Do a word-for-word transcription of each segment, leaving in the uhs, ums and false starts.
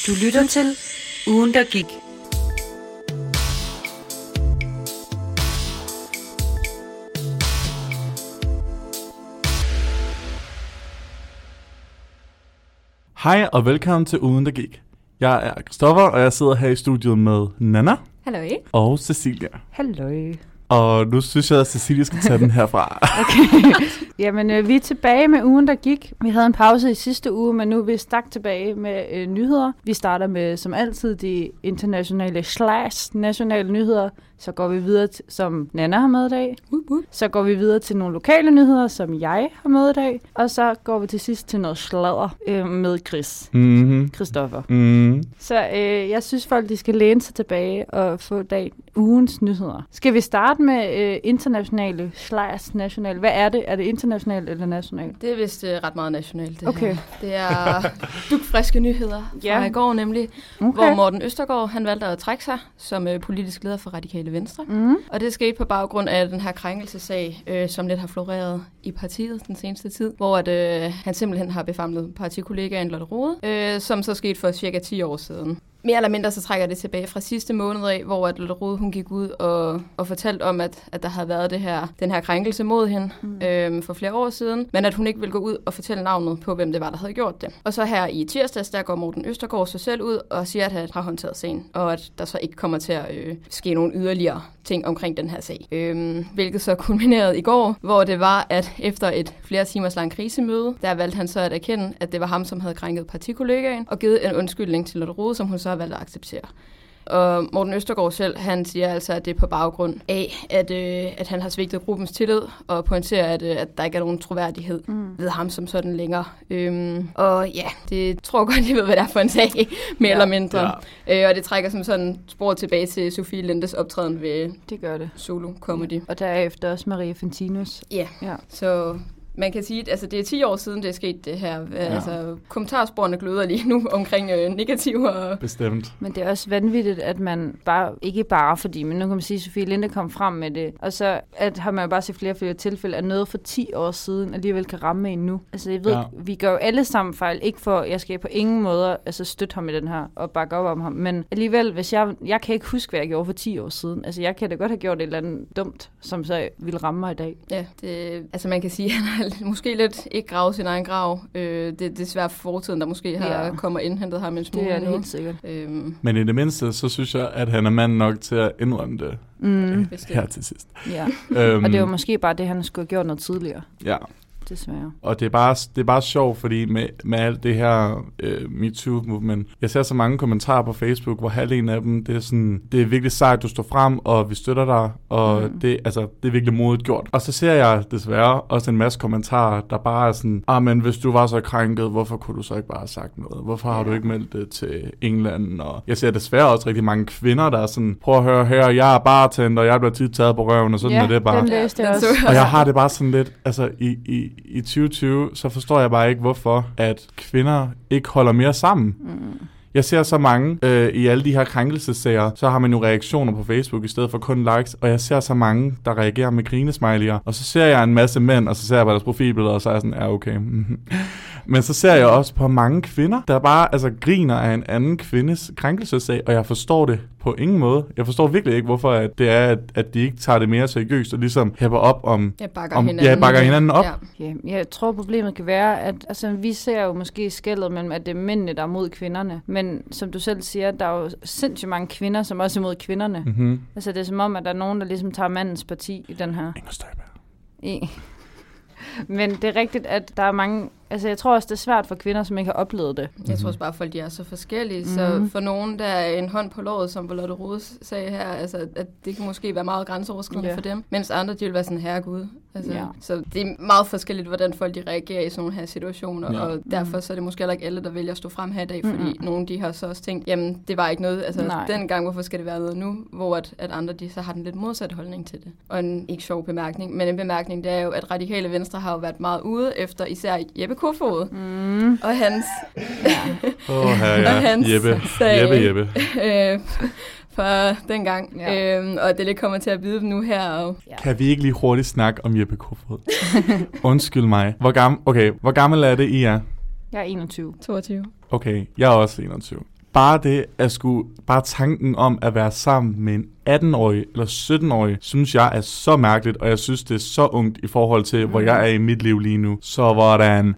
Du lytter til Ugen, der gik. Hej og velkommen til Ugen, der gik. Jeg er Christoffer, og jeg sidder her i studiet med Nana. Hallo. Og Cecilia. Hallo. Og nu synes jeg, at Cecilia skal tage den herfra. Okay. Jamen, øh, vi er tilbage med ugen, der gik. Vi havde en pause i sidste uge, men nu er vi stak tilbage med øh, nyheder. Vi starter med, som altid, de internationale slash nationale nyheder. Så går vi videre, til, som Nana har med i dag. Uh-huh. Så går vi videre til nogle lokale nyheder, som jeg har med i dag. Og så går vi til sidst til noget sladder øh, med Chris. Mm-hmm. Christoffer. Mm-hmm. Så øh, jeg synes, folk de skal læne sig tilbage og få dag, ugens nyheder. Skal vi starte med øh, internationale slash nationale? Hvad er det? Er det internationalt eller nationalt? Det er vist øh, ret meget nationalt, det okay. her. Det er dugfriske nyheder fra ja. i går nemlig, okay. hvor Morten Østergaard han valgte at trække sig som øh, politisk leder for Radikale Venstre. Mm. Og det skete på baggrund af den her krænkelsesag, øh, som lidt har floreret i partiet den seneste tid, hvor at, øh, han simpelthen har befamlet partikollegaen Lotte Rode, øh, som så skete for cirka ti år siden. Mere eller mindre så trækker det tilbage fra sidste måned af, hvor at Lotte Rode hun gik ud og, og fortalte om, at, at der havde været det her, den her krænkelse mod hende mm. øhm, for flere år siden, men at hun ikke ville gå ud og fortælle navnet på, hvem det var, der havde gjort det. Og så her i tirsdags, der går Morten Østergaard sig selv ud og siger, at han har håndteret sagen, og at der så ikke kommer til at øh, ske nogle yderligere ting omkring den her sag. Øhm, hvilket så kulminerede i går, hvor det var, at efter et flere timers lang krisemøde, der valgte han så at erkende, at det var ham, som havde krænket partikollegaen, og givet en undskyldning til Lotte Rode, som hun så har valgt at acceptere. Og Morten Østergaard selv, han siger altså, at det er på baggrund af, at, øh, at han har svigtet gruppens tillid, og pointerer, at, øh, at der ikke er nogen troværdighed mm. ved ham som sådan længere. Øhm, og ja, det tror jeg godt, jeg ved, hvad det er for en sag, mere ja, eller mindre. Ja. Øh, og det trækker som sådan spor tilbage til Sofie Lindes optræden ved det gør det. Solo Comedy. Ja. Og derefter også Maria Fantinus. Ja, ja. Så man kan sige, at altså, det er ti år siden, det er sket det her. Ja. Altså, kommentarsporene gløder lige nu omkring øh, negativer. Bestemt. Men det er også vanvittigt, at man bare, ikke bare fordi, men nu kan man sige, at Sofie Linde kom frem med det. Og så at har man jo bare set flere og flere tilfælde, at noget for ti år siden alligevel kan ramme en nu. Altså jeg ved, ja. vi gør jo alle sammen fejl. Ikke for, jeg skal på ingen måde altså, støtte ham i den her og bakke op om ham. Men alligevel, hvis jeg, jeg kan ikke huske, hvad jeg gjorde for ti år siden. Altså jeg kan da godt have gjort et eller andet dumt, som så ville ramme mig i dag. Ja, det, altså man kan sige, at han har måske lidt ikke gravet sin egen grav. Øh, det, det er svært for fortiden, der måske har ja. kommet indhentet ham en smule. Det er det nu. helt sikkert. Øhm. Men i det mindste, så synes jeg, at han er mand nok til at indrømme det mm. her til sidst. Ja. øhm. Og det var måske bare det, han skulle have gjort noget tidligere. Ja. Desværre. Og det er bare, det er bare sjovt, fordi med, med alt det her øh, MeToo-movement, jeg ser så mange kommentarer på Facebook, hvor halvdelen af dem, det er sådan, det er virkelig sejt, du står frem, og vi støtter dig, og mm. det, altså, det er virkelig modigt gjort. Og så ser jeg desværre også en masse kommentarer, der bare er sådan, ah, men hvis du var så krænket, hvorfor kunne du så ikke bare have sagt noget? Hvorfor har ja. du ikke meldt det til England? Og jeg ser desværre også rigtig mange kvinder, der er sådan, prøv at høre her, jeg er bartender, og jeg bliver tit taget på røven, og sådan ja, er det bare. Den læste jeg også. Og jeg har det bare sådan lidt, altså i, i I tyve tyve, så forstår jeg bare ikke, hvorfor at kvinder ikke holder mere sammen. Mm. Jeg ser så mange øh, i alle de her krænkelsesager, så har man jo reaktioner på Facebook i stedet for kun likes, og jeg ser så mange, der reagerer med grinesmiley'er, og så ser jeg en masse mænd, og så ser jeg på deres profilbilleder, og så er jeg sådan, ja okay. Men så ser jeg også på mange kvinder, der bare altså griner af en anden kvindes krænkelsessag, og jeg forstår det på ingen måde. Jeg forstår virkelig ikke, hvorfor at det er, at, at de ikke tager det mere seriøst, og ligesom hæpper op om... Jeg bakker om, hinanden, ja, bakker hinanden op. Ja. Ja, jeg tror, problemet kan være, at altså, vi ser jo måske skellet mellem, at det er mændene, der er mod kvinderne. Men som du selv siger, der er jo sindssygt mange kvinder, som også er mod kvinderne. Mm-hmm. Altså det er som om, at der er nogen, der ligesom tager mandens parti i den her. Inger Støjberg. I. Men det er rigtigt, at der er mange... Altså, jeg tror også, det er svært for kvinder, som ikke har oplevet det. Jeg tror også bare, at folk de er så forskellige. Mm. Så for nogen, der er en hånd på låret, som Lotte Rode sagde her, altså, at det kan måske være meget grænseoverskridende yeah. for dem. Mens andre, de vil være sådan, herregud. Altså, yeah. Så det er meget forskelligt, hvordan folk de reagerer i sådan nogle her situationer. Yeah. Og derfor så er det måske heller ikke alle, der vælger at stå frem her i dag. Fordi mm-hmm. nogle, de har så også tænkt, jamen, det var ikke noget. Altså, dengang, hvorfor skal det være noget nu? Hvor at, at andre, de så har den lidt modsatte holdning til det. Og en ikke sjov bemærkning. Men en bemærkning, det er jo, at Radikale Venstre har jo været meget ude efter især Jeppe Kofod. Mm. Og hans... ja. oh, her, ja. og hans Jeppe. sag, Jeppe, Jeppe. Øh, fra dengang. Ja. Øhm, og det lidt kommer til at bide dem nu her. Og... Ja. Kan vi ikke lige hurtigt snakke om Jeppe Kofod? Undskyld mig. Hvor gammel, okay, hvor gammel er det, I er? Jeg er enogtyve. toogtyve. Okay, jeg er også enogtyve. bare det, at skulle, bare tanken om at være sammen med en atten-årig eller sytten-årig, synes jeg er så mærkeligt, og jeg synes, det er så ungt i forhold til, mm. hvor jeg er i mit liv lige nu. Så hvordan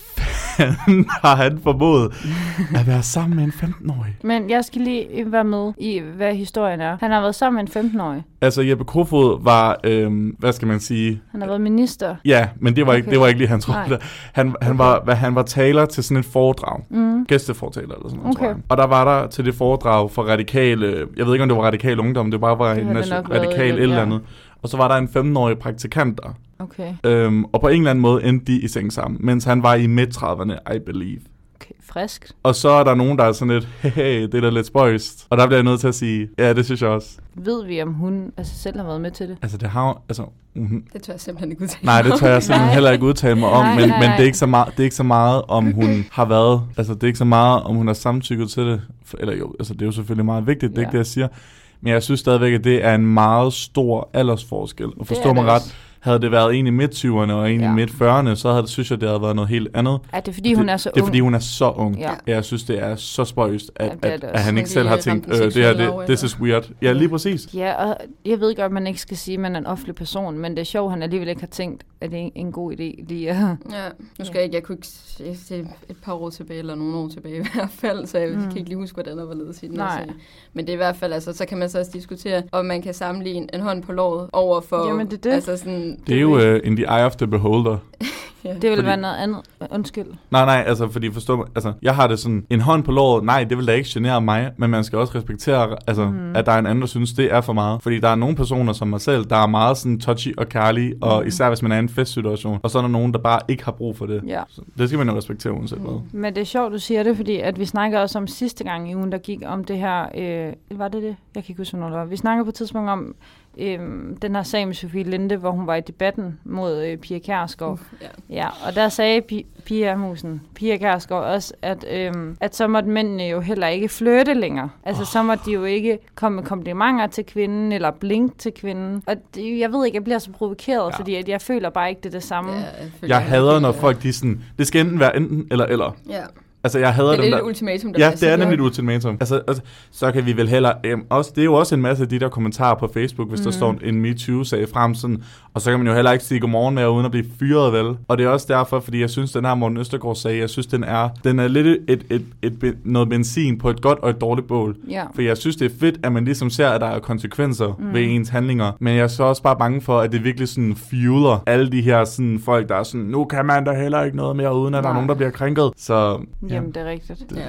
fanden har han formået at være sammen med en femten-årig? Men jeg skal lige være med i, hvad historien er. Han har været sammen med en femten-årig. Altså, Jeppe Kofod var, øhm, hvad skal man sige? Han har været minister. Ja, men det var, okay. ikke, det var ikke lige hans rolle. Han, han, okay. var, han var taler til sådan et foredrag. Mm. Gæstefortaler eller sådan noget, okay. tror jeg. Og der var der til det foredrag for radikale, jeg ved ikke, om det var radikal ungdom, det bare var det en radikal et eller andet. Og så var der en femten-årig praktikant der. Okay. Øhm, og på en eller anden måde endte de i seng sammen, mens han var i midt-trediverne, I believe. Okay, friskt. Og så er der nogen, der er sådan lidt, hey, det er da lidt spøjst. Og der bliver jeg nødt til at sige, ja, det synes jeg også. Ved vi, om hun altså selv har været med til det? Altså, det har altså, uh-huh. Det tør jeg simpelthen ikke udtale Nej, det tør jeg simpelthen heller ikke udtale mig om, nej, men, nej. men det, er ikke så meget, det er ikke så meget, om hun har været, altså det er ikke så meget, om hun har samtykket til det. Eller jo, altså det er jo selvfølgelig meget vigtigt, det er ja. ikke det, jeg siger. Men jeg synes stadigvæk, at det er en meget stor aldersforskel. Og forstå mig ret, havde det været en i midt-tyverne og en ja. i midt-fyrrerne, så havde det, synes jeg, det havde været noget helt andet. Er det fordi, hun er så ung? Det er fordi, hun er så ung. Ja. Jeg synes, det er så spøjst, at, ja, at, at han ikke selv har tænkt, øh, det her, det, this is weird. Ja, lige præcis. Ja, og jeg ved godt, at man ikke skal sige, at man er en offentlig person, men det er sjovt, at han alligevel ikke har tænkt, at det er en god idé lige at... Ja, nu skal jeg ikke, jeg kunne ikke se et par år tilbage, eller nogle år tilbage i hvert fald, så jeg mm. kan ikke lige huske, hvordan der var ledet i den her sag. Men det er i hvert fald, altså, så kan man så også diskutere, om man kan sammenligne en hånd på låret over for... Jamen, det er det. Altså, sådan, det er jo uh, in the eye of the beholder. Ja. Det vil fordi, være noget andet. Undskyld. Nej, nej, altså, fordi forstå mig, altså, jeg har det sådan, en hånd på låret, nej, det vil da ikke genere mig, men man skal også respektere, altså, mm. at der er en anden, der synes, det er for meget. Fordi der er nogle personer som mig selv, der er meget sådan touchy og kærlige, mm. og især hvis man er i en festsituation, og så er der nogen, der bare ikke har brug for det. Ja. Så det skal man jo respektere uanset hvad. Mm. Men det er sjovt, du siger det, fordi at vi snakker også om sidste gang i ugen, der gik om det her, øh, var det det? Jeg kan ikke huske, hvornår det var. Vi snakker på et tidspunkt om, Øhm, den her sag med Sofie Linde, hvor hun var i debatten mod øh, Pia Kjærsgaard. Uh, yeah. Ja, og der sagde P- Pia Musen, Pia Kjærsgaard også, at, øhm, at så måtte mændene jo heller ikke flirte længere. Altså oh. så måtte de jo ikke komme med komplimenter til kvinden, eller blink til kvinden. Og det, jeg ved ikke, jeg bliver så provokeret, ja. fordi at jeg føler bare ikke, det er det samme. Ja, jeg, jeg hader, når folk de sådan, det skal enten være enten eller eller. Ja. Altså, jeg hader det er dem lidt der... et ultimatum, der Ja, det er nemlig et ultimatum. Altså, altså, så kan vi vel heller... Øhm, også, det er jo også en masse af de der kommentarer på Facebook, hvis mm. der står en MeToo-sag frem, sådan, og så kan man jo heller ikke sige godmorgen med, uden at blive fyret, vel? Og det er også derfor, fordi jeg synes, den her Morten Østergaard-sag, jeg synes, den er, den er lidt et, et, et, et, noget benzin på et godt og et dårligt bål. Ja. For jeg synes, det er fedt, at man ligesom ser, at der er konsekvenser mm. ved ens handlinger. Men jeg er så også bare bange for, at det virkelig sådan fueler alle de her sådan, folk, der er sådan, nu kan man da heller ikke noget mere, uden at Nej. der er nogen, der bliver krænket. Så, ja. Jamen, det er rigtigt. Ja.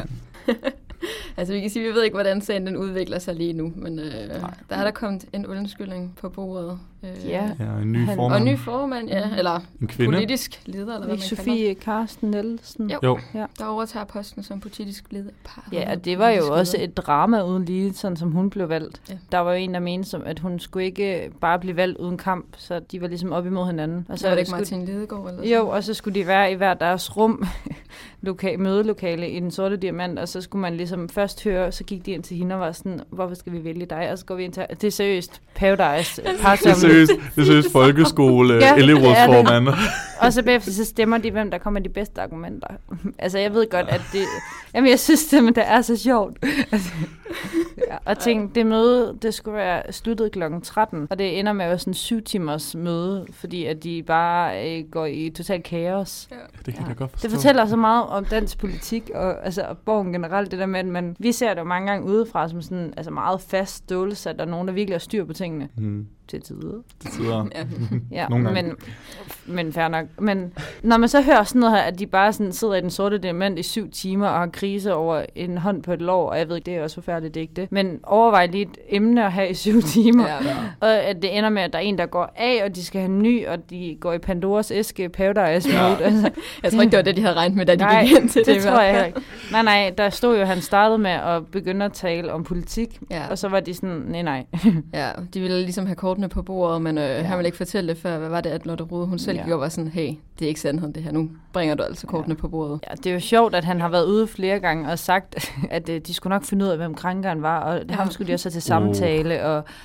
Altså vi kan sige, vi ved ikke, hvordan sagen den udvikler sig lige nu, men øh, der er der kommet en undskyldning på bordet. Øh, ja. ja, en ny formand. Og en ny formand, ja, eller en kvinde. Politisk leder, eller hvad man Sofie Carsten Nielsen. Jo, jo. Ja. Der overtager posten som politisk leder. Ja, og det var jo også et drama uden lige, sådan som hun blev valgt. Ja. Der var jo en, der mente, som, at hun skulle ikke bare blive valgt uden kamp, så de var ligesom op imod hinanden. Og så var det ikke skulle, Martin Lidegaard? Eller sådan? Jo, og så skulle de være i hver deres rum, loka- mødelokale i Den Sorte Diamant, og så skulle man ligesom først høre, så gik de ind til hende og var sådan, hvorfor skal vi vælge dig? Og så går vi ind til, det er seriøst Paradise. Det er seriøst, det er seriøst folkeskole, ja, elevrådsformand. Og så bagefter så stemmer de, hvem der kommer de bedste argumenter. Altså jeg ved godt, at det, jamen jeg synes det, men det er så sjovt. Altså, ja, og tænk, det møde, det skulle være sluttet klokken tretten, og det ender med at være sådan en syv timers møde, fordi at de bare øh, går i total kaos. Ja, det kan ja. jeg godt forstå. Det fortæller så meget om dansk politik, og altså og borgen generelt, det der med, at man, vi ser det jo mange gange udefra som sådan, altså meget fast stålsat, der er nogen, der virkelig har styr på tingene. Mm. Til tider. Til tider. Ja, men, men fair nok. Men når man så hører sådan noget her, at de bare sådan sidder i Den Sorte Diamant i syv timer og har krise over en hånd på et lår, og jeg ved ikke, det er også forfærdeligt, det er ikke det. Men overvej lige et emne at have i syv timer. Ja, ja. Og at det ender med, at der er en, der går af, og de skal have en ny, og de går i Pandoras æske, Paradise Mode. Ja. Altså, jeg tror ikke, det var det, de havde regnet med, da de nej, gik ind til det. det tror jeg ikke. Nej, nej, der stod jo, at han startede med at begynde at tale om politik, ja. Og så var de sådan, nej, nej. Ja, de ville ligesom have kortene på bordet, men øh, ja. han ville ikke fortælle det før. Hvad var det, at Lotte Rode, hun selv ja. gjorde, var sådan, hey, det er ikke sandheden det her, nu bringer du altså kortene ja. på bordet. Ja, det er jo sjovt, at han har været ude flere gange og sagt, at øh, de skulle nok finde ud af, hvem krænkeren var, og ja. ham skulle de også have til samtale, og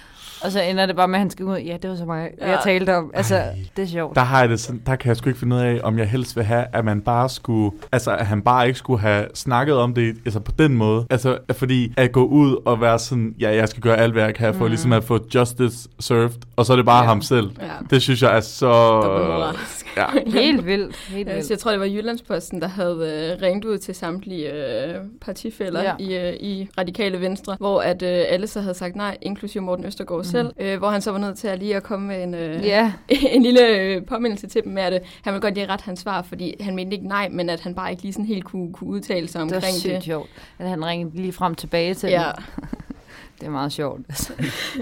Og så ender det bare med, at han skal ud. Ja, det var så meget, ja. jeg talte om. Altså, Ej. det er sjovt. Der har jeg det sådan, der kan jeg sgu ikke finde ud af, om jeg helst vil have, at man bare skulle, altså at han bare ikke skulle have snakket om det, altså på den måde. Altså, fordi at gå ud og være sådan, ja, jeg skal gøre alt, hvad jeg kan for mm. ligesom at få justice served, og så er det bare ja. ham selv. Ja. Det synes jeg er så... Ja. Helt vildt. Helt vildt. Jeg tror, det var Jyllandsposten, der havde øh, ringt ud til samtlige øh, partifæller ja. i, øh, i Radikale Venstre, hvor at øh, alle så havde sagt nej, inklusive Morten Østergaard mm. selv, øh, hvor han så var nødt til at lige at komme med en, øh, yeah. en lille øh, påmindelse til dem med, at øh, han ville godt lige ret hans svar, fordi han mente ikke nej, men at han bare ikke lige sådan helt kunne, kunne udtale sig omkring det. Det var sygt sjovt, at han ringede lige frem tilbage til ja. Det er meget sjovt. Altså.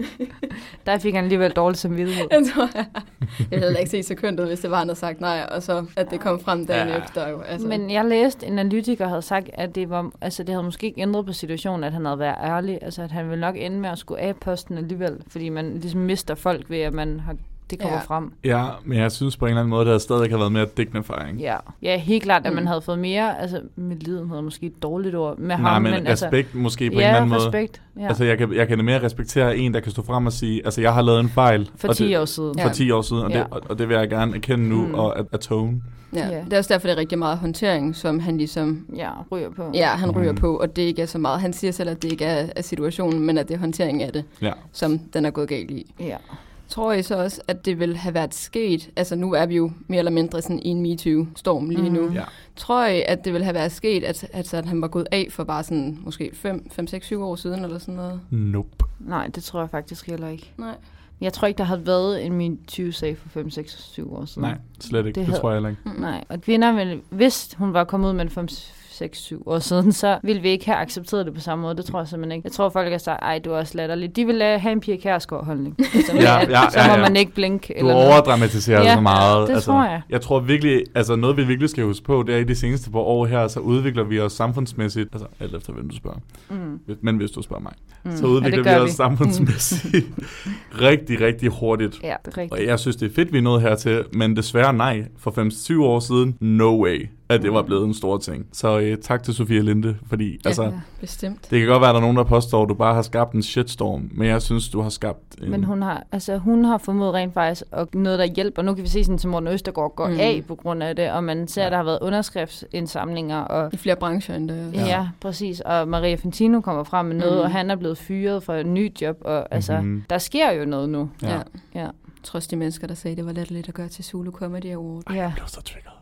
Der fik han alligevel dårlig samvittighed. Jeg tror, jeg, jeg havde ikke set sekundet, hvis det var, han havde sagt nej, og så at det kom frem dagen ja. efter. Jo. Altså. Men jeg læste, en analytiker havde sagt, at det, var, altså, det havde måske ikke ændret på situationen, at han havde været ærlig. Altså, at han ville nok ende med at skulle af posten alligevel, fordi man ligesom mister folk ved, at man har det kommer ja. frem. Ja, men jeg synes på en eller anden måde, det havde stadig have været mere dignifying. Ja, ja helt klart, at man havde fået mere, altså med lidenhed er måske et dårligt ord med Nej, ham. men, men respekt altså, måske på ja, en eller anden respekt, måde. Ja. Altså jeg kan, jeg kan mere respektere en, der kan stå frem og sige, altså jeg har lavet en fejl. For ti år siden. For ti år siden, og, ja. det, og, og det vil jeg gerne erkende nu mm. og atone. Ja. ja, det er også derfor, det er rigtig meget håndtering, som han ligesom... Ja, ryger på. Ja, han ryger mm. på, og det ikke er så meget. Han siger selv, at det ikke er, er situationen, men at det er håndtering af det, ja. som den er gået galt i. Ja. Tror I så også, at det ville have været sket, altså nu er vi jo mere eller mindre sådan i en MeToo-storm lige nu. Mm. Ja. Tror I, at det ville have været sket, at, altså, at han var gået af for bare sådan måske fem, seks, syv år siden eller sådan noget? Nope. Nej, det tror jeg faktisk heller ikke. Nej. Jeg tror ikke, der havde været en MeToo-sag for fem, seks, syv år siden. Nej, slet ikke. Det, det havde... tror jeg heller ikke. Mm. Nej, og kvinder ville, hvis hun var kommet ud med en fem, seks, syv år siden, så ville vi ikke have accepteret det på samme måde. Det tror jeg simpelthen ikke. Jeg tror, folk har sagt, ej, du er også latterlig. De ville have en Pia Kjærsgaard-holdning. Så, ja, ja, ja, så må ja, ja. man ikke blinke. Du eller overdramatiserer ja, så meget. det altså, tror jeg. Jeg tror virkelig, altså noget vi virkelig skal huske på, det er i de seneste par år her, så udvikler vi os samfundsmæssigt, altså alt efter hvem du spørger, mm. men hvis du spørger mig, mm. så udvikler ja, vi os vi. samfundsmæssigt mm. rigtig, rigtig hurtigt. Ja, det er rigtigt. Og jeg synes, det er fedt, vi er nået hertil, men desværre nej. For fem til tyve år siden, no way, at det var blevet en stor ting. Så øh, tak til Sofia Linde, fordi ja, altså, ja, bestemt. Det kan godt være, at der er nogen, der påstår, at du bare har skabt en shitstorm, men jeg synes, du har skabt en... Men hun har, altså, hun har formået rent faktisk, og noget, der hjælper. Nu kan vi se, sådan, at Morten Østergaard går mm. af på grund af det, og man ser, ja. at der har været underskriftsindsamlinger. Og, i flere brancher end det. Ja, ja, præcis. Og Maria Fantino kommer frem med noget, mm. og han er blevet fyret fra et nyt job, og altså, mm-hmm. der sker jo noget nu. Ja. ja. ja. Trods de mennesker, der sagde, det var lidt at gøre til Zulu Comedy Award. Ej, jeg blev så trigget.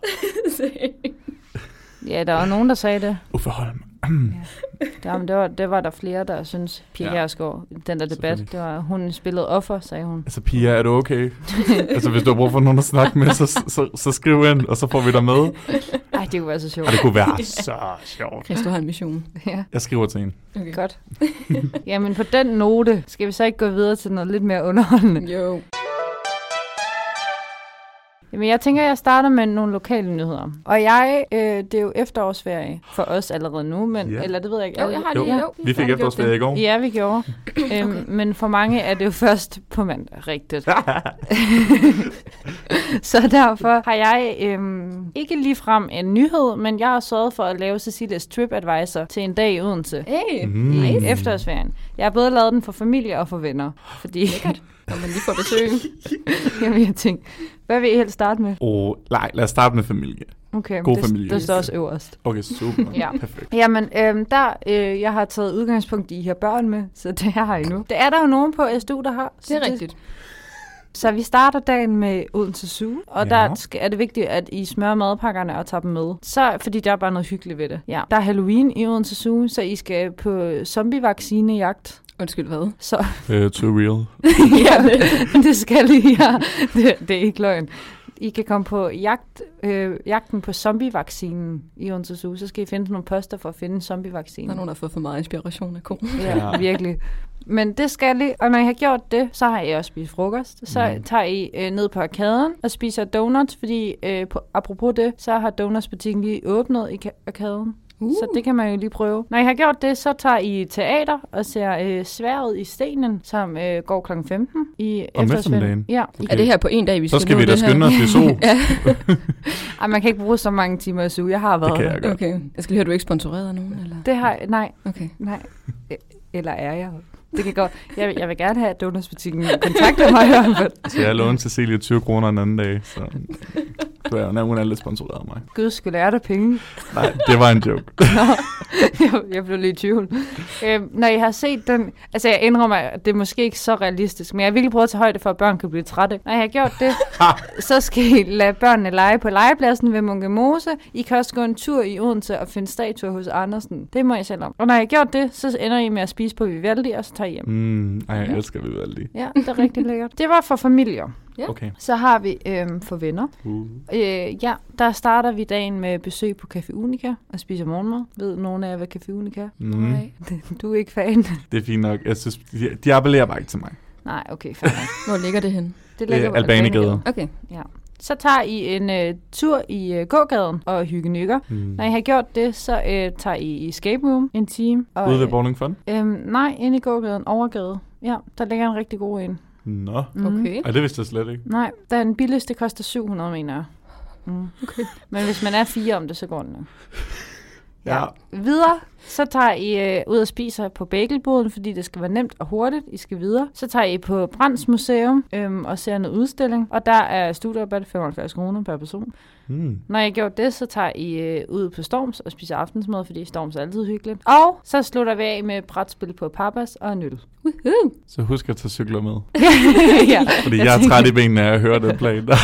Ja, der var nogen, der sagde det. Uffe Holm. ja, det, var, det var der flere, der synes, Pia Kjærsgaard, ja. den der debat, det var, hun spillede offer, sagde hun. Altså, Pia, er du okay? altså, hvis du har brug for nogen at snakke med, så, så, så skriv ind, og så får vi dig med. Ej, det kunne være så sjovt. Ej, det kunne være så sjovt. Christo har en mission. Ja. Jeg skriver til en. Okay. Godt. Jamen, på den note, skal vi så ikke gå videre til noget lidt mere underholdende? Jo. Jamen, jeg tænker, jeg starter med nogle lokale nyheder. Og jeg, øh, det er jo efterårsferie for os allerede nu, men ja. eller det ved jeg ikke. Jo, jeg har det, jo. jo. Vi fik efterårsferie i går. Ja, vi gjorde. okay. øhm, men for mange er det jo først på mandag, rigtigt. Så derfor har jeg øhm, ikke ligefrem en nyhed, men jeg har sørget for at lave Cecilias TripAdvisor til en dag i Odense. Hey, mm. I efterårsferien. Jeg har både lavet den for familie og for venner. Fordi når man lige får besøg. Jamen, jeg tænkte, hvad vil I helst starte med? Oh, nej, lad os starte med familie. Okay, god det, familie. det står også øverst. Okay, super. ja. Perfekt. Jamen, øhm, der, øh, jeg har taget udgangspunkt i her børn med, så det her har I nu. Det er der jo nogen på S D U, der har. Det er rigtigt. Så vi starter dagen med Odense Zoo, og ja. der er det vigtigt, at I smører madpakkerne og tager dem med. Så, fordi der er bare noget hyggeligt ved det. Ja. Der er Halloween i Odense Zoo, så I skal på zombie-vaccinejagt. Undskyld, hvad? Så. Uh, too real. ja, det, det skal I, ja. Det, det er ikke løgn. I kan komme på jagt, øh, jagten på zombie-vaccinen i Odense Zoo. Så skal I finde nogle poster for at finde en zombie-vaccine. Der er nogen, der har fået for meget inspiration af ko. Ja, virkelig. Men det skal I, og når I har gjort det, så har I også spist frokost. Så mm. tager I øh, ned på arkaden og spiser donuts, fordi øh, på, apropos det, så har donutsbutikken lige åbnet i arkaden. Uh. Så det kan man jo lige prøve. Når I har gjort det, så tager I teater og ser øh, Sværdet i stenen, som øh, går klokken femten i efterårsferien. Ja. Okay. Er det her på en dag, vi skal Så skal vi da skynde os til sol. Ej, man kan ikke bruge så mange timer i suge. Jeg har været det kan jeg okay. Jeg skal lige høre, du ikke sponsoreret af nogen? Eller? Det har jeg. Nej. Okay. Nej. Eller er jeg? Det kan godt. Jeg, jeg vil gerne have, at donutsbutikken kontakter mig i hvert fald. Så jeg lånte Cecilie tyve kroner en anden dag, så du er jo nærmere alle sponsoreret mig. Gud, skulle lære dig penge? Nej, det var en joke. Nå, jeg, jeg blev lidt i tvivl. Øh, når I har set den, altså jeg indrømmer, at det er måske ikke så realistisk, men jeg har virkelig prøvet at tage højde for, at børn kan blive trætte. Når jeg har gjort det, så skal I lade børnene lege på legepladsen ved Munke Mose. I kan også gå en tur i Odense og finde statuer hos Andersen. Det må jeg selv om. Og når jeg har gjort det, så ender I med at spise på Vivaldi, og så tager I hjem. Mm, ej, jeg elsker Vivaldi. Ja, det er rigtig lækkert. Det var for familier. Ja. Okay. Så har vi øhm, for venner. Uh. Øh, ja, der starter vi dagen med besøg på Café Unica og spiser morgenmad. Ved nogen af jer, hvad Café Unica er? Mm. Nej. Du er ikke fan? Det er fint nok. Jeg synes, de, de appellerer bare ikke til mig. Nej, okay, fair. Hvor ligger det henne? Det ligger Øh, på Albanegade. Okay. Ja. Så tager I en øh, tur i øh, gågaden og hyggenykker. Mm. Når I har gjort det, så øh, tager I i escape room en time. Og, Ude ved Bowling Fun? øh, Nej, inde i gågaden, overgade. Ja, der ligger en rigtig god en. Nå. Mm. Okay. Ej, det vidste jeg slet ikke. Nej, den billigste koster syv hundrede, mener jeg. Mm. Okay. Men hvis man er fire om det, så går den nok. Ja. Videre, så tager I øh, ud og spiser på bagelboden, fordi det skal være nemt og hurtigt. I skal videre. Så tager I på Brands Museum øhm, og ser noget udstilling. Og der er studierabat femoghalvfjerds kroner per person. Mm. Når I har gjort det, så tager I øh, ud på Storms og spiser aftensmad, fordi Storms er altid hyggeligt. Og så slutter vi af med brætspil på Papas og en øl. Woohoo! Så husk at tage cykler med. Ja. Fordi jeg, jeg er træt i benene af at høre den plan der.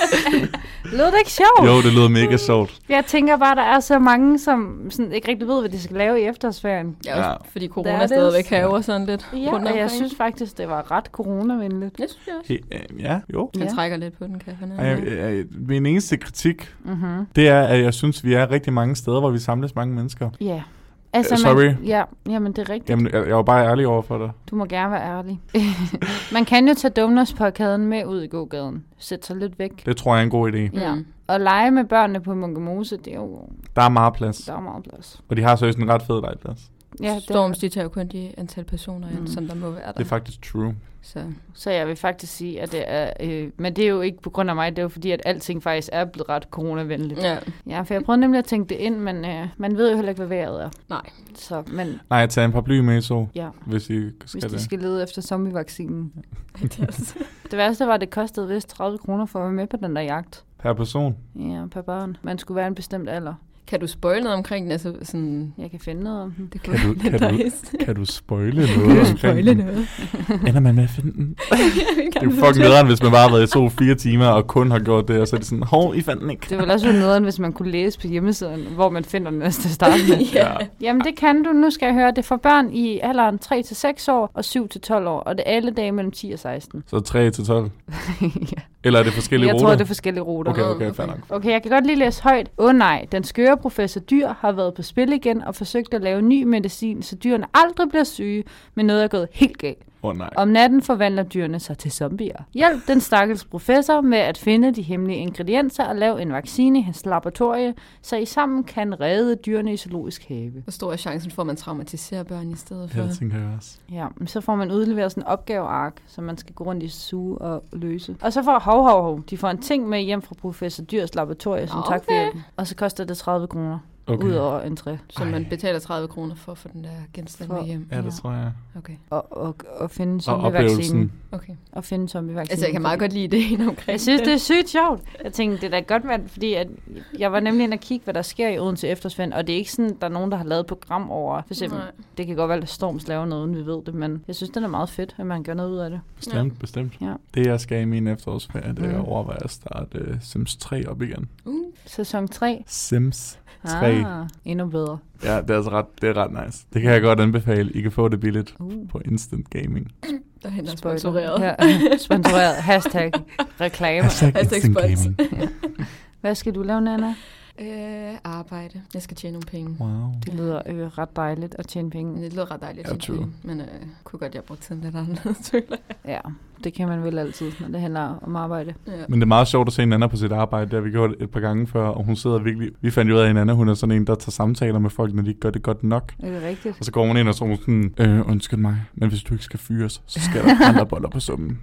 Lød det ikke sjovt? Jo, det lyder mega sjovt. Jeg tænker bare, der er så mange, som sådan ikke rigtig ved, hvad de skal lave i efterårsferien. Ja, også Ja. fordi Der er corona det. stadigvæk haver sådan lidt Ja, rundt og omkring. jeg synes faktisk, det var ret coronavenligt. Det synes jeg også. He, øh, ja, jo. Han Ja. trækker lidt på den, kan han. Ej, jeg, jeg, min eneste kritik, Mhm. det er, at jeg synes, vi er rigtig mange steder, hvor vi samles mange mennesker. Ja. Altså, Øh, sorry. Man, ja, jamen det er rigtigt. Jamen, jeg, jeg var bare ærlig over for dig. Du må gerne være ærlig. Man kan jo tage donuts-påkaden med ud i gågaden. Sætte sig lidt væk. Det tror jeg er en god idé. Ja. Mm. Og lege med børnene på Munke Mose, det er jo... Der er meget plads. Der er meget plads. Og de har seriøst en ret fed legeplads. Ja, det Storms, de tager jo kun de antal personer ind, Mm. som der må være der. Det er faktisk true. Så. Så jeg vil faktisk sige, at det er... Øh, men det er jo ikke på grund af mig, det er jo fordi, at alting faktisk er blevet ret coronavenligt. Ja. Ja, for jeg prøvede nemlig at tænke det ind, men øh, man ved jo heller ikke, hvad vejret er. Nej. Så, men Nej, tag en paraply med i så, ja, hvis I hvis skal de det. skal lede efter zombievaccinen. Det er også- Det værste var, at det kostede vist tredive kroner for at være med på den der jagt. Per person. Ja, per barn. Man skulle være en bestemt alder. Kan du spoil noget omkring den? Altså, sådan, Jeg kan finde noget om den. det Kan du, være kan, lidt du, nice. kan du spoile noget Kan du omkring spoile den? noget? Ender man med at finde den? Jeg vil Det er gerne jo fucking fortælle. nederen, hvis man bare har været i to fire timer og kun har gjort det, og så er det sådan, hov, I fandt den ikke. Det ville også være nederen, hvis man kunne læse på hjemmesiden, hvor man finder den næste start med. Ja. Jamen det kan du. Nu skal jeg høre. Det er for børn i alderen tre til seks år og syv til tolv år. Og det er alle dage mellem ti og seksten. Så tre til tolv. Ja. Eller er det forskellige Jeg ruter? tror, det er forskellige ruter. Okay, okay, Okay. fair nok. Okay, jeg kan godt lige læse højt. Åh oh, nej, den skøre professor Dyr har været på spil igen og forsøgt at lave ny medicin, så dyrene aldrig bliver syge, men noget er gået helt galt. Åh oh, nej. Om natten forvandler dyrene sig til zombier. Hjælp den stakkels professor med at finde de hemmelige ingredienser og lave en vaccine i hans laboratorie, så I sammen kan redde dyrene i zoologisk have. Hvor stor er chancen for, at man traumatiserer børn i stedet for? Ja, det tænker jeg også. Ja, men så får man udleveret sådan en opgaveark, som man skal gå rundt i suge og løse. Og så får hov, hov, hov. De får en ting med hjem fra professor Dyrs laboratorie, som Okay. tak for hjælpen. Og så koster det tredive kroner. Okay. Ud over entré. Så man betaler tredive kroner for at få den der genstand med For- hjem? Ja, det tror jeg. Okay. Og, og, og finde Og zombievaccinen. oplevelsen. Okay. Og finde zombievaccinen. Altså, jeg kan meget godt lide ideen omkring Jeg synes, det er sygt sjovt. Jeg tænkte, det er da godt, mand, fordi at jeg var nemlig inde og kigge, hvad der sker i Odense efterårsferien, og det er ikke sådan, der er nogen, der har lavet et program over. For eksempel, Nej. det kan godt være, at Storms laver noget, uden vi ved det, men jeg synes, det er meget fedt, at man gør noget ud af det. Bestemt, ja. bestemt. Ja. Det, jeg skal i min efterårsferie, det er at Mm. overveje at starte uh, Sims tre op igen. Uh, Sæson tre. Sims tre. Ah, endnu bedre. Ja, det er altså ret, det er ret nice. Det kan jeg godt anbefale. I kan få det billigt Uh. på Instant Gaming. der er Spoiler. sponsoreret. Ja, sponsoreret. Hashtag reklame. Hashtag Hashtag Instant spons. Gaming. Hvad skal du lave, Nana? Øh, arbejde. Jeg skal tjene nogle penge. Wow. Det lyder øh, ret dejligt at tjene Men penge. det lyder ret dejligt Ja, at tjene true. penge. Men øh, kunne godt, jeg brugte tiden lidt anderledes, føler jeg. Ja, det kan man vel altid, når det handler om arbejde. Ja. Men det er meget sjovt at se Nana på sit arbejde. Det har vi gjort et par gange før, og hun sidder virkelig... Vi fandt jo ud af, at Nana, hun er sådan en, der tager samtaler med folk, når de ikke gør det godt nok. Er det rigtigt? Og så går hun ind og så er hun sådan, øh, undskyld mig, men hvis du ikke skal fyres, så skal der andre boller på summen.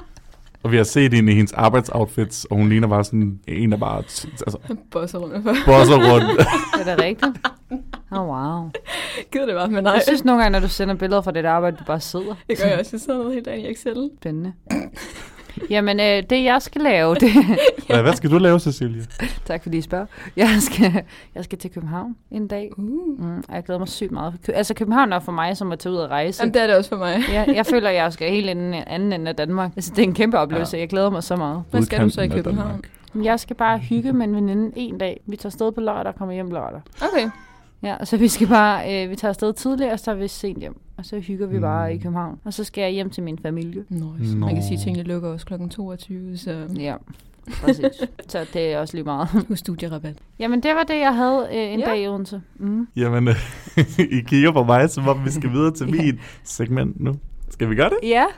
Og vi har set hende i hendes arbejdsoutfits, og hun ligner bare sådan en, der bare t- altså, Bosser rundt for. bosser rundt. Er det rigtigt? Oh, wow. Gider det bare, men nej. Jeg synes nogle gange, når du sender billeder fra dit arbejde, du bare sidder. Det gør jeg også. Jeg sidder noget helt dagen i Excel. Spændende. Jamen, øh, det jeg skal lave, det... ja. Hvad skal du lave, Cecilie? Tak fordi I spørger. Jeg skal, jeg skal til København en dag. Uh. Mm, og jeg glæder mig sygt meget. Altså, København er for mig, som at tage ud og rejse. Jamen, det er det også for mig. jeg, jeg føler, at jeg skal helt inden, anden ende af Danmark. Altså, det er en kæmpe oplevelse. Ja. Jeg glæder mig så meget. Hvad skal du så i København? Jeg skal bare hygge med en veninde en dag. Vi tager afsted på lørdag og kommer hjem lørdag. Okay. Ja, så vi skal bare, øh, vi tager afsted tidligere, og så tager vi sent hjem. Og så hygger vi bare mm. i København. Og så skal jeg hjem til min familie. Nice. Man kan sige, at tingene lukker også klokken toogtyve, så... Ja, præcis. Så det er også lige meget. Hos studierabat. Jamen, det var det, jeg havde øh, en ja. dag i Odense. Mm. Jamen, øh, I kigger på mig, som om vi skal videre til ja. min segment nu. Skal vi gøre det? Ja.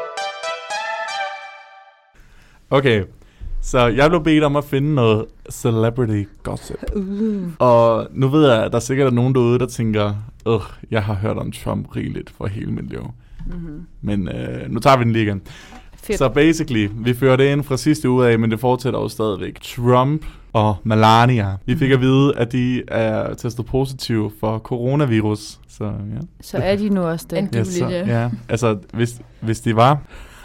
Okay. Så jeg blev bedt om at finde noget celebrity gossip. Uh. Og nu ved jeg, at der sikkert er nogen derude, der tænker, øh, jeg har hørt om Trump rigeligt for hele mit liv. Mm-hmm. Men øh, nu tager vi den lige igen. Fedt. Så basically, vi fører det ind fra sidste uge af, men det fortsætter jo stadigvæk. Trump og Melania. Vi fik at vide, at de er testet positive for coronavirus. Så, ja. Så er de nu også det. Ja, så, ja. Altså, hvis, hvis de var...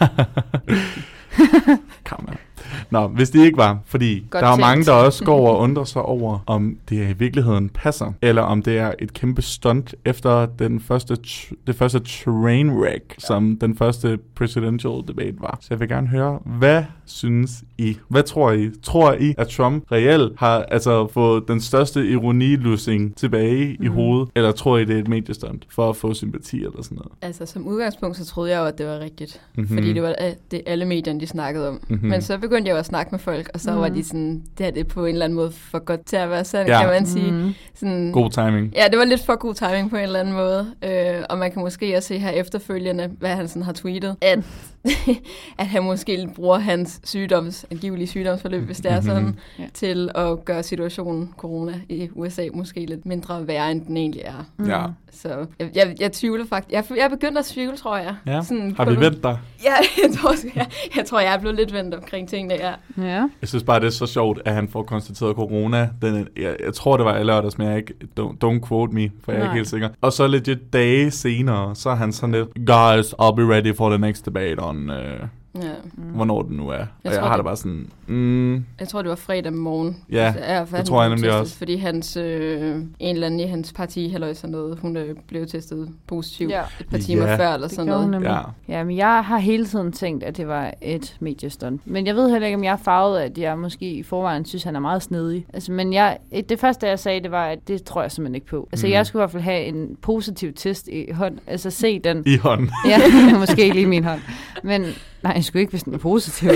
Kom med. Nå, hvis det ikke var, fordi godt der er mange, der også går og undrer sig over, om det i virkeligheden passer, eller om det er et kæmpe stunt efter den første tr- det første train wreck, ja. Som den første presidential debate var. Så jeg vil gerne høre, hvad synes I? Hvad tror I? Tror I, at Trump reelt har altså fået den største ironi-lussing tilbage mm. i hovedet, eller tror I, det er et mediestunt for at få sympati eller sådan noget? Altså, som udgangspunkt, så troede jeg jo, at det var rigtigt. Mm-hmm. Fordi det var det alle medierne, de snakkede om. Mm-hmm. Men så begyndte jeg jo at snakke med folk, og så mm. var de sådan, det er det på en eller anden måde for godt til at være sandt, ja. Kan man sige. Mm. Sådan, god timing. Ja, det var lidt for god timing på en eller anden måde. Øh, og man kan måske også se her efterfølgende, hvad han sådan har tweetet, at, at han måske bruger hans sygdoms, angivelige sygdomsforløb, hvis det er sådan, mm-hmm. ja. Til at gøre situationen corona i U S A måske lidt mindre værre, end den egentlig er. Mm. Ja. Så jeg, jeg, jeg tvivler faktisk. Jeg, jeg er begyndt at tvivle, tror jeg. Ja. Sådan, har vi vendt dig? Ja, jeg tror, jeg, jeg tror, jeg er blevet lidt vendt omkring tingene, ja. Ja. Jeg synes bare, det er så sjovt, at han får konstateret corona. Den, jeg, jeg tror, det var alle lørdags, men jeg ikke, don't, don't quote me, for jeg er ikke helt sikker. Og så legit dage senere, så er han sådan lidt, guys, I'll be ready for the next debate on... Uh, Ja. Mm. Hvornår det nu er. Jeg og jeg har det, det bare sådan... Mm, jeg tror, det var fredag morgen. Ja, altså, det tror jeg nemlig også. Fordi hans, øh, en eller anden i hans parti, eller sådan noget, hun øh, blev testet positiv ja. Et par timer ja. før, eller sådan noget. Ja. ja, men jeg har hele tiden tænkt, at det var et mediestunt. Men jeg ved heller ikke, om jeg er farvet, at jeg måske i forvejen synes, han er meget snedig. Altså, men jeg, det første, jeg sagde, det var, at det tror jeg simpelthen ikke på. Altså, mm. jeg skulle i hvert fald have en positiv test i hånd. Altså, se den. I hånd? Ja, måske ikke lige min hånd. Men... Nej, jeg skulle ikke, hvis den er positiv.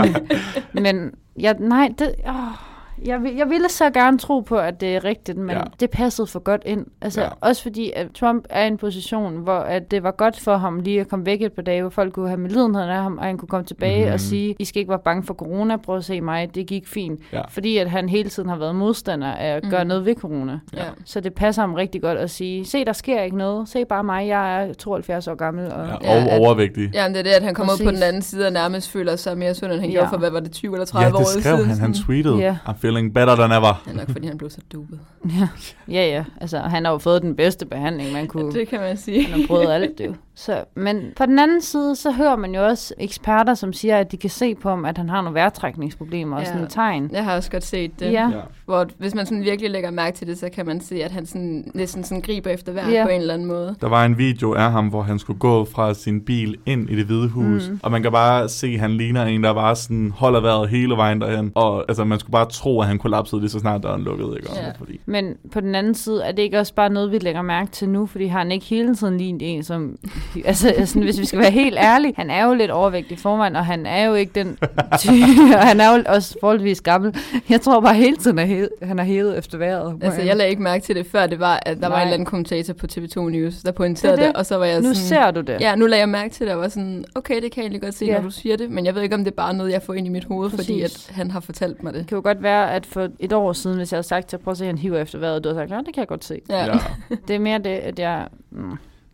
Men jeg, nej, det, åh, jeg, jeg ville så gerne tro på, at det er rigtigt, men ja. Det passede for godt ind. Altså ja. Også fordi, at Trump er i en position, hvor at det var godt for ham lige at komme væk et par dage, hvor folk kunne have medlidenheden af ham, og han kunne komme tilbage mm-hmm. og sige, I skal ikke være bange for corona, prøv at se mig, det gik fint. Ja. Fordi at han hele tiden har været modstander af at gøre mm. noget ved corona. Ja. Så det passer ham rigtig godt at sige, se, der sker ikke noget, se bare mig, jeg er tooghalvfjerds år gammel. Og, ja, og ja, overvægtig. Ja, det er det, at han kommer ud på den anden side og nærmest føler sig mere sund, end han ja. Gjorde for, hvad var det, tyve eller tredive år siden. Ja, det skrev han, han tweetede. Ja. I'm feeling better than ever. Det er nok, fordi han blev så dupet. Ja, ja, ja. Altså, han har jo fået den bedste behandling, man kunne... Ja, det kan man sige. Han har prøvet alt det. Så, men på den anden side, så hører man jo også eksperter, som siger, at de kan se på ham, at han har nogle vejrtrækningsproblemer og ja. Sådan en tegn. Jeg har også godt set det. Ja. Hvor hvis man sådan virkelig lægger mærke til det, så kan man se, at han sådan, næsten sådan griber efter vejr ja. På en eller anden måde. Der var en video af ham, hvor han skulle gå fra sin bil ind i Det Hvide Hus, mm. og man kan bare se, at han ligner en, der bare sådan holder vejret hele vejen derhen. Og altså, man skulle bare tro, at han kollapsede lige så snart døren lukkede. Ikke? Ja. Fordi... Men på den anden side, er det ikke også bare noget, vi lægger mærke til nu, fordi har han ikke hele tiden lignet en, som... altså, altså, hvis vi skal være helt ærlige, han er jo lidt overvægtig i forvejen, og han er jo ikke den type, og han er jo også forholdsvis gammel. Jeg tror bare hele tiden, at he- han er hævet efter vejret. Altså, jeg lagde ikke mærke til det før, det var, at der Nej. Var en eller anden kommentator på T V to News, der pointerede det, det, og så var jeg nu sådan... Nu ser du det. Ja, nu lagde jeg mærke til det, og var sådan, okay, det kan jeg egentlig godt se, ja. Når du siger det, men jeg ved ikke, om det er bare noget, jeg får ind i mit hoved, Præcis. Fordi at han har fortalt mig det. Det kan jo godt være, at for et år siden, hvis jeg havde sagt til at prøve at se, at han hiver efter vejret, du havde sagt, ja, det kan jeg godt se. Ja. Ja. Det er mere det, at jeg... Mm.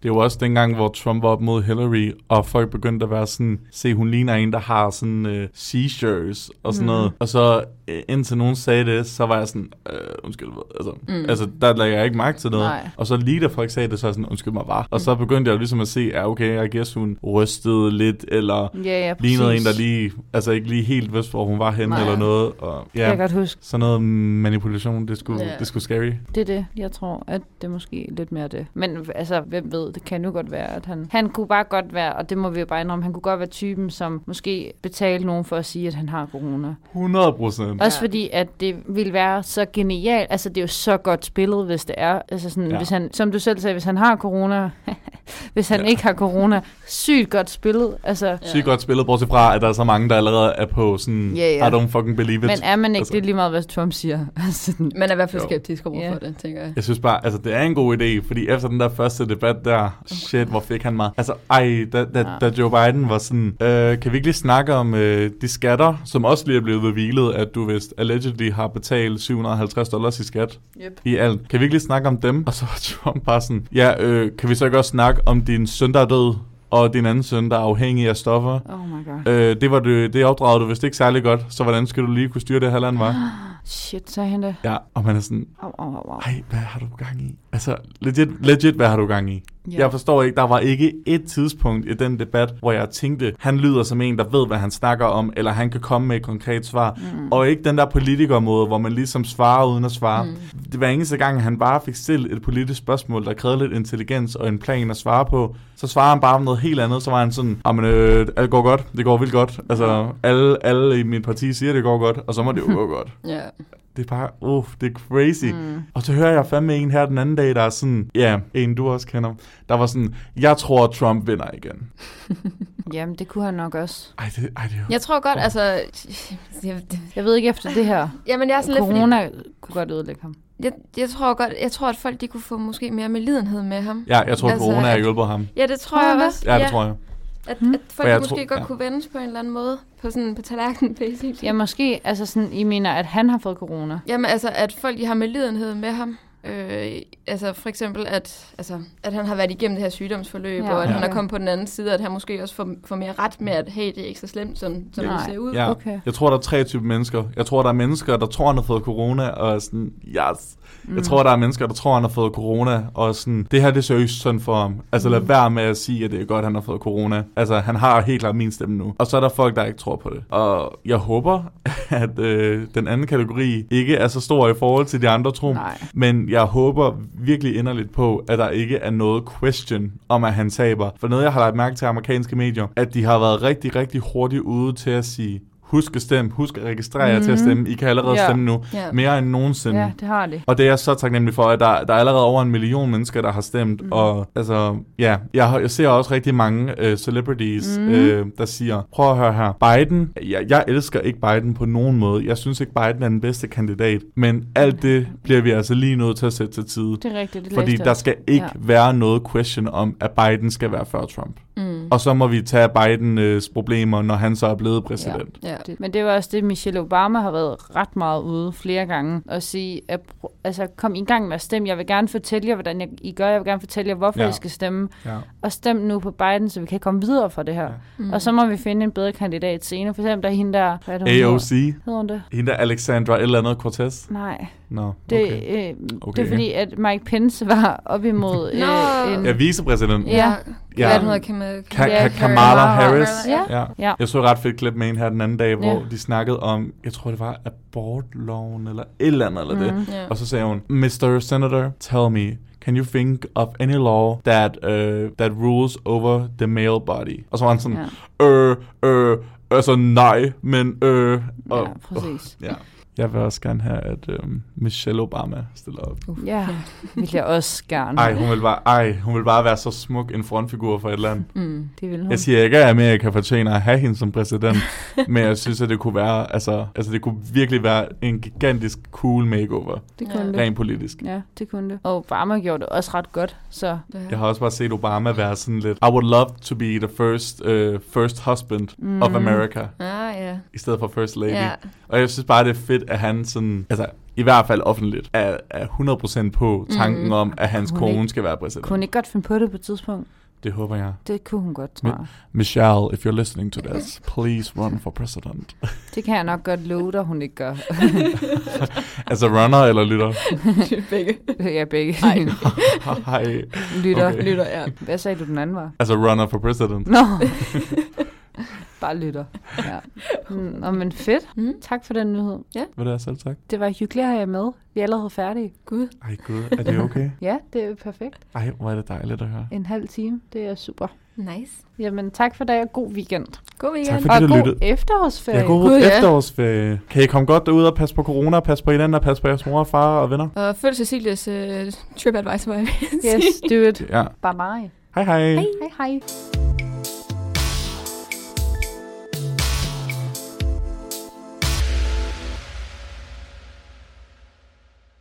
Det er jo også dengang, hvor Trump var op mod Hillary, og folk begyndte at være sådan, se, hun ligner en, der har sådan uh, seizures og sådan mm. noget. Og så indtil nogen sagde det, så var jeg sådan, øh, undskyld, altså, mm. altså der lagde jeg ikke mærke til noget. Nej. Og så lige da folk sagde det, så var jeg sådan, undskyld mig bare. Og så begyndte jeg ligesom at se, ja okay, jeg guess hun rystede lidt, eller ja, ja, lignede en, der lige, altså ikke lige helt vidste, hvor hun var henne, eller noget. Og, ja, det kan jeg godt huske. Sådan noget manipulation, det skulle, yeah. det skulle scary. Det er det, jeg tror, at det er måske lidt mere det. Men altså, hvem ved, det kan jo godt være, at han, han kunne bare godt være, og det må vi jo bare indrømme, han kunne godt være typen, som måske betalte nogen for at sige, at han har corona. hundrede procent. Også fordi, at det ville være så genialt. Altså, det er jo så godt spillet, hvis det er. Altså sådan, ja. hvis han, som du selv sagde, hvis han har corona, hvis han ja. ikke har corona, sygt godt spillet. Altså, ja. Sygt godt spillet, bortset fra, at der er så mange, der allerede er på sådan, ja, ja. I don't fucking believe it. Men er man ikke, altså. det er lige meget, hvad Trump siger. Man er i hvert fald skeptisk over for det, tænker jeg. Jeg synes bare, altså det er en god idé, fordi efter den der første debat der, shit, hvor fik han mig. Altså, ej, da, da, ja. da Joe Biden var sådan, øh, kan vi ikke lige snakke om øh, de skatter, som også lige er blevet bevilet, at du vist allegedly har betalt syv hundrede og halvtreds dollars i skat yep. i alt. Kan vi ikke lige snakke om dem? Og så var Trump bare sådan, ja, øh, kan vi så ikke også snakke om din søn, der er død, og din anden søn, der er afhængig af stoffer? Oh my god. Øh, det var det, det opdragede du vist ikke særlig godt, så hvordan skal du lige kunne styre det her land, var? Shit, sagde han det? Ja, og man er sådan, oh, oh, oh, oh. ej, hvad har du gang i? Altså, legit, legit, hvad har du gang i? Yeah. Jeg forstår ikke, der var ikke et tidspunkt i den debat, hvor jeg tænkte, han lyder som en, der ved, hvad han snakker om, eller han kan komme med et konkret svar. Mm. Og ikke den der politikermåde, hvor man ligesom svarer uden at svare. Mm. Det var eneste gang, han bare fik stillet et politisk spørgsmål, der krævede lidt intelligens og en plan at svare på. Så svarer han bare om noget helt andet, så var han sådan, jamen, øh, det går godt, det går vildt godt. Altså, alle, alle i mit parti siger, det går godt, og så må det jo gå godt. Ja. Det er bare, uff, det er crazy. Mm. Og så hører jeg fandme en her den anden dag, der er sådan, ja, en du også kender, der var sådan, jeg tror, Trump vinder igen. Jamen, det kunne han nok også. Ej, det, ej, det er jo... Jeg tror godt, altså... Jeg, jeg ved ikke efter det her. Jamen, jeg er sådan Corona lidt, fordi... kunne godt ødelægge ham. Jeg, jeg tror godt, jeg tror, at folk de kunne få måske mere medlidenhed med ham. Ja, jeg tror, at altså, corona har hjulpet ham. Ja, det tror jeg også. Ja, det tror jeg. At, at folk jeg måske tror, godt ja. kunne vendes på en eller anden måde. På sådan på tallerkenen, basically. Ja, måske. Altså sådan, I mener, at han har fået corona? Jamen, altså, at folk de har medlidenhed med ham. Øh, altså for eksempel, at, altså, at han har været igennem det her sygdomsforløb, ja, og at ja. han er kommet på den anden side, at han måske også får, får mere ret med, at hey, det er ikke så slemt, som, som det ser ud. Ja. Okay. Jeg tror, der er tre typer mennesker. Jeg tror, der er mennesker, der tror, han har fået corona, og sådan, yes. Mm. Jeg tror, der er mennesker, der tror, han har fået corona, og sådan, det her det er seriøst sådan for ham. Altså lad være med at sige, at det er godt, han har fået corona. Altså han har helt klart min stemme nu. Og så er der folk, der ikke tror på det. Og jeg håber, at øh, den anden kategori ikke er så stor i forhold til de andre tro. Nej. Men jeg håber virkelig inderligt på, at der ikke er noget question om, at han taber. For noget, jeg har lagt mærke til amerikanske medier, at de har været rigtig, rigtig hurtigt ude til at sige, husk at stemme, husk at registrere jer mm-hmm. til at stemme. I kan allerede ja. stemme nu. Ja. Mere end nogensinde. Ja, det har de. Og det er jeg så taknemmelig for, at der, der er allerede over en million mennesker, der har stemt. Mm. Og altså, ja, jeg, har, jeg ser også rigtig mange uh, celebrities, mm. uh, der siger, prøv at høre her, Biden, jeg, jeg elsker ikke Biden på nogen måde. Jeg synes ikke, Biden er den bedste kandidat. Men alt det bliver vi altså lige nødt til at sætte til tide. Det er rigtigt, det Fordi der skal ikke ja. være noget question om, at Biden skal være før Trump. Mm. Og så må vi tage Bidens problemer, når han så er blevet præsident. Ja. Ja. Det, men det var også det, Michelle Obama har været ret meget ude flere gange og sige, at, altså kom i gang med at stemme. Jeg vil gerne fortælle jer, hvordan jeg, I gør. Jeg vil gerne fortælle jer, hvorfor ja. I skal stemme. Ja. Og stem nu på Biden, så vi kan komme videre fra det her. Ja. Mm. Og så må vi finde en bedre kandidat senere. For eksempel der er hende der... A O C? Hedder hun det? Hende der Alexandra et eller andet Cortez? Nej. No, okay. Det, øh, okay. det er fordi, at Mike Pence var op imod øh, no. en... Ja, vicepræsident. Ja. Ja. Hvad hedder Kamala, Ka- Ka- Kamala Harris. Ja. Ja. Ja. Jeg så et ret fedt klip med en her den anden dag, hvor ja. de snakkede om, jeg tror det var abortloven eller et eller andet eller mm. det. Yeah. Og så sagde hun, mister Senator, tell me, can you think of any law that uh, that rules over the male body? Og så var han sådan, ja. øh, øh, altså nej, men øh. Og, ja, præcis. Øh, ja. Jeg vil også gerne have, at øhm, Michelle Obama stiller op. Uh, ja, vil jeg også gerne. Ej, hun vil bare, ej, hun vil bare være så smuk en frontfigur for et land. Mm, det vil hun. Jeg siger ikke, at Amerika fortjener at have hende som præsident, men jeg synes, at det kunne være, altså, altså det kunne virkelig være en gigantisk cool makeover. Det kunne ja. det. Rent politisk. Ja, det kunne det. Og Obama gjorde det også ret godt, så... Jeg har også bare set Obama være sådan lidt, I would love to be the first, uh, first husband mm. of America. Ah, ja. i stedet for First Lady. Ja. Og jeg synes bare, det er fedt, at han sådan, altså i hvert fald offentligt, er, er hundrede procent på tanken mm. om, at hans Hun kone ikke- skal være præsident. Kunne hun ikke godt finde på det på et tidspunkt? Det håber jeg. Det kunne hun godt, tror jeg. Michelle, if you're listening to this, please run for president. Det kan jeg nok godt love dig, hun ikke gør. Altså runner eller lytter? Begge. Ja, begge. Ej. Hej. Lytter. Okay. Lytter, ja. Hvad sagde du, den anden var? Altså runner for president. Nå. Bare lytter. Ja. Mm, og men fedt. Mm. Tak for den nyhed. Hvad er det selv sagt? Det var hyggeligt at have jer med. Vi er allerede færdige. Gud. Ej gud, er det okay? Ja, det er perfekt. Ej, hvor er det dejligt at høre. En halv time. Det er super. Nice. Jamen, tak for dag og god weekend. God weekend. Tak for Og det, du god lyttede. efterårsferie. Ja, god Gud, ja. efterårsferie. Kan I komme godt derud og passe på corona, passe på hinanden og passe på jeres mor og far og venner? Og følg Cecilias uh, TripAdvisor, hvad jeg vil Yes, sige. do it. Ja. Bye bye. Hej hej. Hej hej.